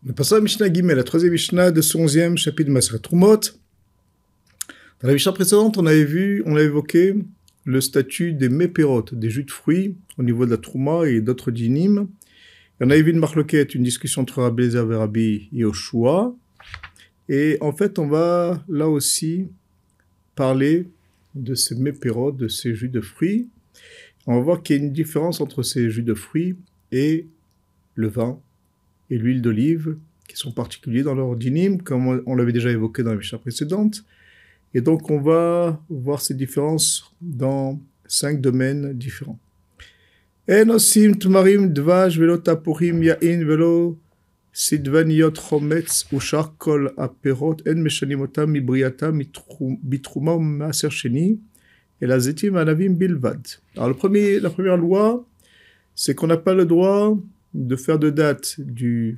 On passe à la Mishnah Gimel, la troisième Mishnah de ce 11e chapitre de Maseret Trumot. Dans la Mishnah précédente, on a évoqué le statut des méperot, des jus de fruits, au niveau de la Trouma et d'autres dinim. On avait vu une marloquette, une discussion entre Rabbi Eliezer et Rabbi Yoshua. Et en fait, on va là aussi parler de ces méperot, de ces jus de fruits. On va voir qu'il y a une différence entre ces jus de fruits et le vin et l'huile d'olive, qui sont particuliers dans leur dinim, comme on l'avait déjà évoqué dans la Mishnah précédente. Et donc, on va voir ces différences dans 5 domaines différents. En osim tmarim dvash velo tapurim yain velo sidvaniot chometz ushar kol aperot en meshanim otam mibriata bitruma maaser sheni et la zetim anavim bilvad. Alors, la première loi, c'est qu'on n'a pas le droit de faire de date du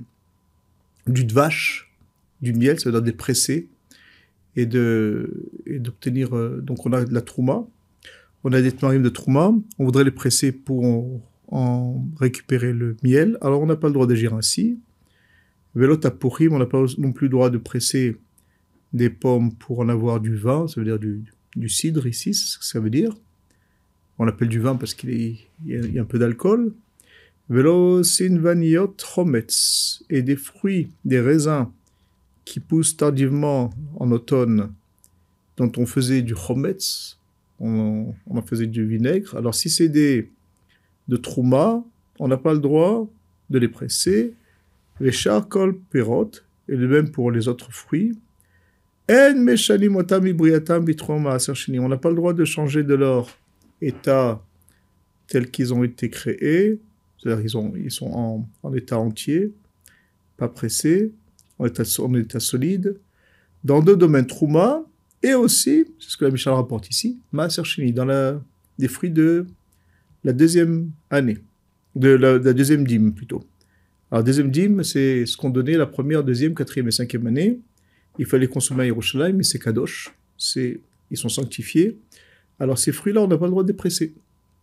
dvash, du miel, ça veut dire des pressés, et d'obtenir, donc on a de la trouma, on a des tmarim de trouma, on voudrait les presser pour en récupérer le miel, alors on n'a pas le droit d'agir ainsi. Velo tapurim, on n'a pas non plus le droit de presser des pommes pour en avoir du vin, ça veut dire du cidre ici, c'est ce que ça veut dire. On l'appelle du vin parce qu'il y a un peu d'alcool. Velo sinvaniot chometz, et des fruits, des raisins qui poussent tardivement en automne, dont on faisait du chometz, on en faisait du vinaigre. Alors si c'est de trouma, on n'a pas le droit de les presser. Les charkol perot, et le même pour les autres fruits. En meshalim otam ibriatam bitrom maaser sheni, on n'a pas le droit de changer de leur état tel qu'ils ont été créés. C'est-à-dire ils sont en état entier, pas pressés, en état solide, dans 2 domaines, Trouma, et aussi, c'est ce que la Mishnah rapporte ici, Maaser Sheni, dans des fruits de la deuxième année, de la deuxième dîme plutôt. Alors, deuxième dîme, c'est ce qu'on donnait la première, deuxième, quatrième et cinquième année. Il fallait consommer à Yerushalayim, mais c'est Kadosh, ils sont sanctifiés. Alors, ces fruits-là, on n'a pas le droit de les presser.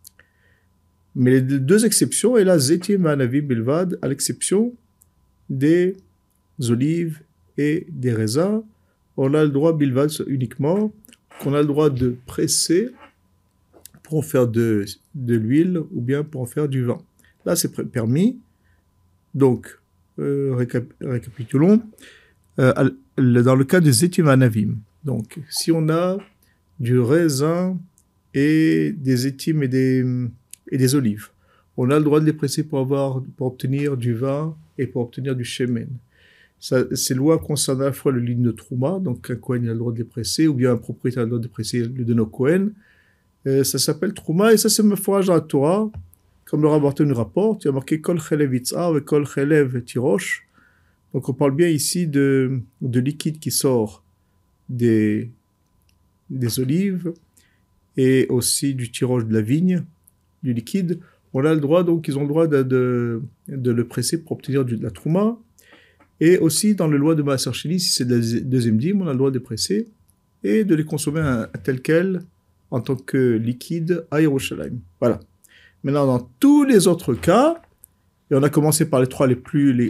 Mais les 2 exceptions, et là, Zetim Anavim Bilvad, à l'exception des olives et des raisins, on a le droit, Bilvad uniquement, qu'on a le droit de presser pour en faire de l'huile ou bien pour en faire du vin. Là, c'est permis. Donc, récapitulons. Dans le cas de Zetim Anavim, donc, si on a du raisin et des étimes et des olives. On a le droit de les presser pour obtenir du vin et pour obtenir du shemen. Ces lois concernent à la fois le ligne de Trouma, donc un Kohen a le droit de les presser, ou bien un propriétaire a le droit de presser le de nos Kohen. Ça s'appelle Trouma, et ça c'est meforaj dans la Torah, comme le rapporteur nous rapporte, il y a marqué Kol chelev itzar et Kol chelev tirosh. Donc on parle bien ici de liquide qui sort des olives, et aussi du tiroche de la vigne, du liquide. On a le droit, donc ils ont le droit de le presser pour obtenir de la trouma. Et aussi dans le loi de Maaser Sheni, si c'est de la deuxième dîme, on a le droit de les presser et de les consommer tel quel en tant que liquide à Yerushalayim. Voilà. Maintenant, dans tous les autres cas, et on a commencé par les trois les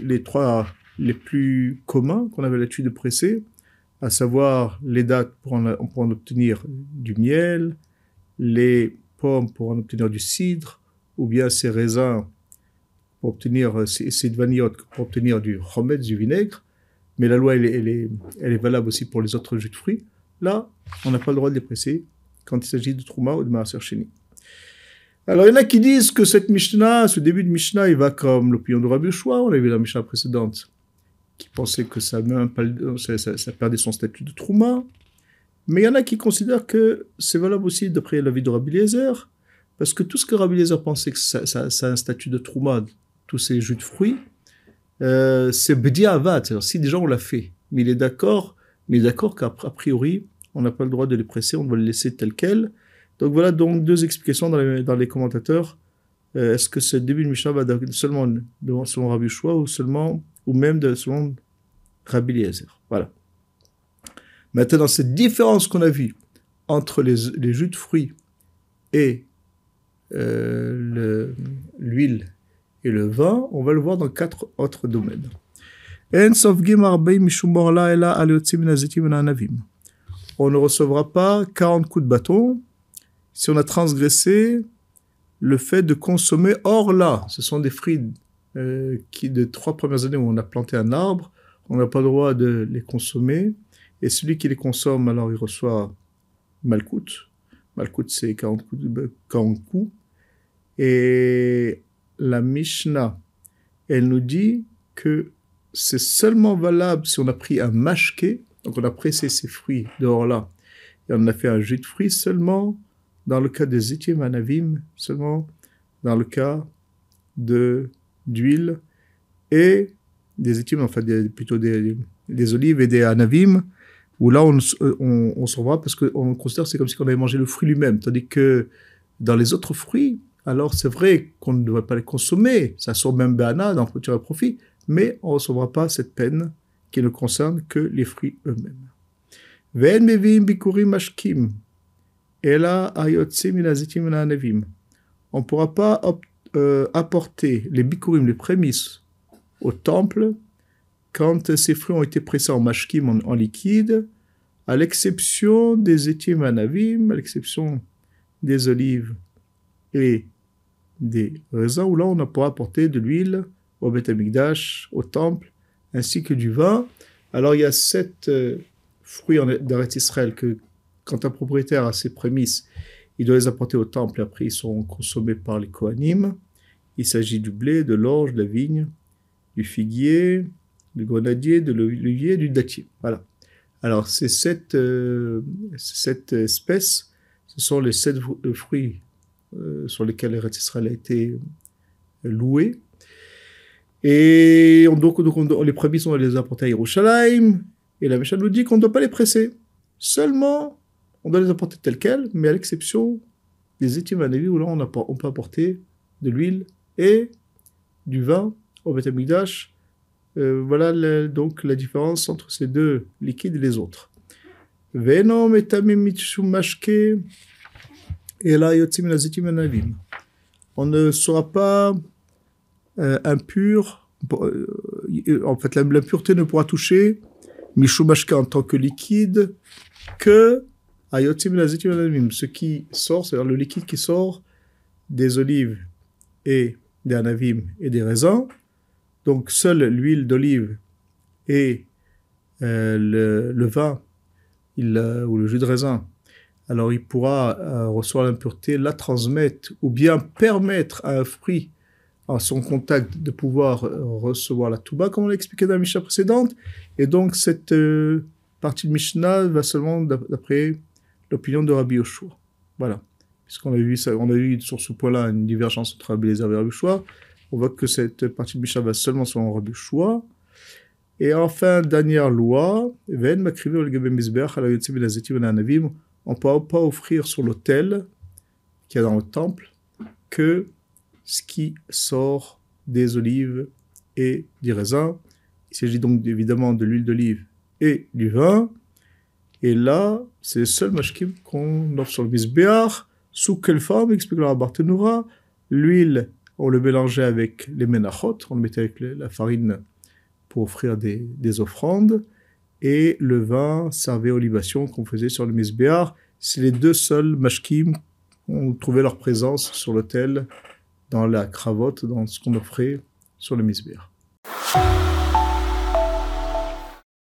plus communs qu'on avait l'habitude de presser, à savoir les dattes pour en obtenir du miel, les pommes pour en obtenir du cidre, ou bien ces raisins pour obtenir ces vanillotes pour obtenir du chometz, du vinaigre. Mais la loi, elle est valable aussi pour les autres jus de fruits. Là, on n'a pas le droit de les presser quand il s'agit de Trouma ou de Maaser Sheni. Alors, il y en a qui disent que cette Mishnah, ce début de Mishnah, il va comme l'opinion de Rabbi Yoshua, on l'a vu dans la Mishnah précédente, qui pensait que ça perdait son statut de Trouma. Mais il y en a qui considèrent que c'est valable aussi d'après l'avis de Rabbi Eliezer, parce que tout ce que Rabbi Eliezer pensait que ça a un statut de Trouma, tous ces jus de fruits, c'est b'diavad, c'est-à-dire si déjà on l'a fait, mais il est d'accord qu'a priori, on n'a pas le droit de les presser, on doit les laisser tel quel. Donc voilà donc 2 explications dans les commentateurs. Est-ce que ce début de Mishnah va seulement selon Rabbi Yoshua ou même selon Rabbi Eliezer. Voilà. Maintenant, cette différence qu'on a vue entre les jus de fruits et l'huile et le vin, on va le voir dans 4 autres domaines. En sofgim arbei mishum borla ela al yotzim min hazitim min ha'anavim. On ne recevra pas 40 coups de bâton si on a transgressé le fait de consommer hors là. Ce sont des fruits qui, de 3 premières années où on a planté un arbre, on n'a pas le droit de les consommer. Et celui qui les consomme, alors il reçoit malkout. Malkout, c'est 40 coups. Et la Mishnah, elle nous dit que c'est seulement valable si on a pris un mashké, donc on a pressé ces fruits dehors là, et on a fait un jus de fruits seulement dans le cas des Zitim Anavim, seulement dans le cas d'huile et des Zitim, enfin plutôt des olives et des Anavim, où là on s'en va parce qu'on considère que c'est comme si on avait mangé le fruit lui-même, tandis que dans les autres fruits, alors c'est vrai qu'on ne devrait pas les consommer, ça sort même Béana, d'en tirer profit, mais on ne recevra pas cette peine qui ne concerne que les fruits eux-mêmes. Ve'en mevi'im bikurim mashkim, ela hayotzim min hazitim min ha'anavim. On ne pourra pas apporter les bikurim, les prémices, au temple quand ces fruits ont été pressés en mashkim, en liquide, à l'exception des zitim anavim, à l'exception des olives et des raisins, où là on ne pourra apporter de l'huile au Beth Amikdash, au temple, ainsi que du vin. Alors il y a 7 fruits d'Eretz Israël que quand un propriétaire a ses prémices, il doit les apporter au temple, et après ils sont consommés par les Kohanim. Il s'agit du blé, de l'orge, de la vigne, du figuier, du grenadier, de l'olivier, du dattier. Voilà. Alors ces 7 espèces, ce sont les 7 fruits sur lesquels Eretz Israël a été loué. Et donc les prémices, on va les apporter à Yerushalayim, et la Mishnah nous dit qu'on ne doit pas les presser. Seulement, on doit les apporter telles quelles, mais à l'exception des Zitim Anavim, où là on peut apporter de l'huile et du vin au Beth Amikdash. Voilà donc la différence entre ces 2 liquides et les autres. Ve'eno metamim mitshum mashke ela yotzim min hazitim min ha'anavim. On ne sera pas impur, en fait l'impureté ne pourra toucher mishum mashke en tant que liquide que hayotzim min hazitim min ha'anavim, ce qui sort, c'est-à-dire le liquide qui sort des olives et des anavim et des raisins. Donc seule l'huile d'olive et le vin ou le jus de raisin, alors il pourra recevoir l'impureté, la transmettre ou bien permettre à un fruit à son contact de pouvoir recevoir la touba, comme on l'a expliqué dans la Mishnah précédente. Et donc cette partie de Mishnah va seulement d'après l'opinion de Rabbi Yoshua. Voilà. Puisqu'on a vu ça, on a vu sur ce point-là une divergence entre Rabbi Eliezer et Rabbi Yoshua. On voit que cette partie de Mishnah va seulement selon Rabbi Yoshua. Et enfin, dernière loi, on ne peut pas offrir sur l'autel qu'il y a dans le temple que ce qui sort des olives et du raisin. Il s'agit donc évidemment de l'huile d'olive et du vin. Et là, c'est le seul mashkim qu'on offre sur le misbéach. Sous quelle forme, explique le Rabbi Barthénoura, l'huile, on le mélangeait avec les menachot, on le mettait avec la farine pour offrir des offrandes, et le vin servait aux libations qu'on faisait sur le misbéach. C'est les 2 seuls mashkim ont trouvé leur présence sur l'autel, dans la cravotte, dans ce qu'on offrait sur le misbéach.